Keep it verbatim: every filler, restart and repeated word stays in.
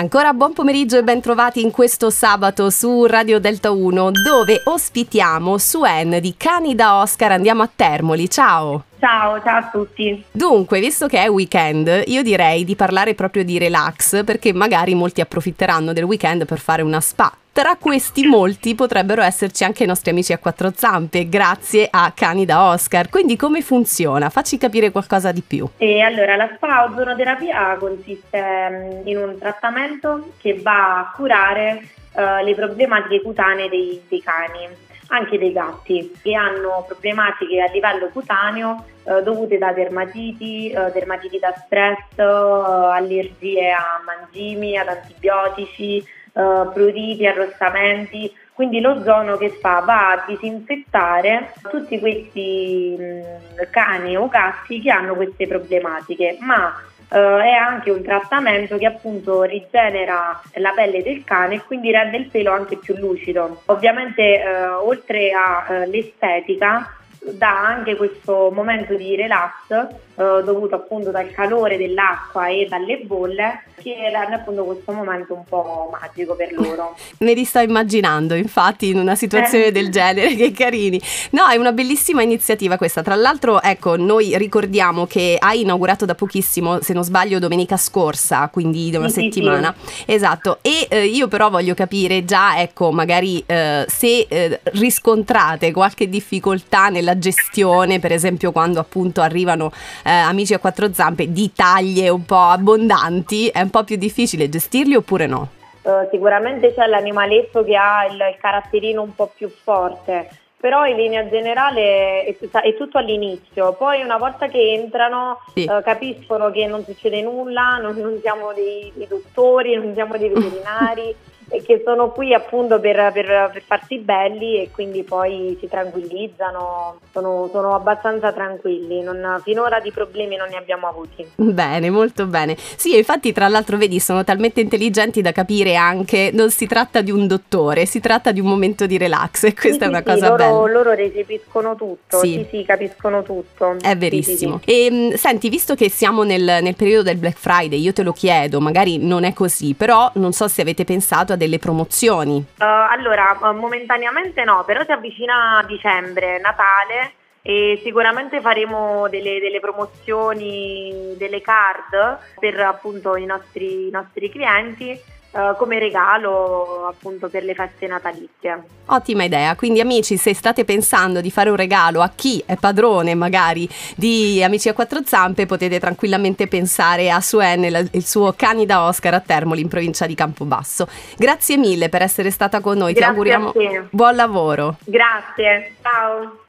Ancora buon pomeriggio e ben trovati in questo sabato su Radio Delta uno, dove ospitiamo Suen di Cani da Oscar. Andiamo a Termoli. Ciao! Ciao, ciao a tutti. Dunque, visto che è weekend, io direi di parlare proprio di relax, perché magari molti approfitteranno del weekend per fare una spa. Tra questi molti potrebbero esserci anche i nostri amici a quattro zampe, grazie a Cani da Oscar. Quindi come funziona? Facci capire qualcosa di più. E allora, la spa ozonoterapia consiste in un trattamento che va a curare uh, le problematiche cutanee dei, dei cani, anche dei gatti, che hanno problematiche a livello cutaneo uh, dovute da dermatiti, uh, dermatiti da stress, uh, allergie a mangimi, ad antibiotici, Uh, pruriti, arrossamenti. Quindi l'ozono che fa? Va a disinfettare tutti questi mh, cani o gatti che hanno queste problematiche, ma uh, è anche un trattamento che appunto rigenera la pelle del cane e quindi rende il pelo anche più lucido. Ovviamente uh, oltre all'estetica dà anche questo momento di relax eh, dovuto appunto dal calore dell'acqua e dalle bolle, che rende appunto questo momento un po' magico per loro. Me li sto immaginando infatti in una situazione eh. del genere, che carini. No, è una bellissima iniziativa questa. Tra l'altro, ecco, noi ricordiamo che hai inaugurato da pochissimo, se non sbaglio domenica scorsa, quindi da una sì, settimana sì, sì. Esatto. E eh, io però voglio capire già, ecco, magari eh, se eh, riscontrate qualche difficoltà nella gestione, per esempio quando appunto arrivano eh, amici a quattro zampe di taglie un po' abbondanti, è un po' più difficile gestirli oppure no? Uh, sicuramente c'è l'animaletto che ha il, il caratterino un po' più forte, però in linea generale è, tutta, è tutto all'inizio, poi una volta che entrano sì. uh, capiscono che non succede nulla, non, non siamo dei, dei dottori, non siamo dei veterinari e che sono qui appunto per, per, per farsi belli, e quindi poi si tranquillizzano, sono, sono abbastanza tranquilli, non, finora di problemi non ne abbiamo avuti. Bene, molto bene. Sì, infatti tra l'altro vedi, sono talmente intelligenti da capire anche, non si tratta di un dottore, si tratta di un momento di relax, e questa sì, è una sì, cosa loro, bella. Loro recepiscono tutto, sì. sì sì, capiscono tutto. È verissimo. Sì, sì, sì. E mh, senti, visto che siamo nel, nel periodo del Black Friday, io te lo chiedo, magari non è così, però non so se avete pensato a delle promozioni. Uh, allora, momentaneamente no, però si avvicina dicembre, Natale, e sicuramente faremo delle, delle promozioni, delle card per appunto i nostri, i nostri clienti, Uh, come regalo appunto per le feste natalizie. Ottima idea, quindi amici, se state pensando di fare un regalo a chi è padrone magari di Amici a quattro zampe, potete tranquillamente pensare a Suen, il suo Cani da Oscar a Termoli in provincia di Campobasso. Grazie mille per essere stata con noi. Grazie, ti auguriamo a te. Buon lavoro. Grazie, ciao.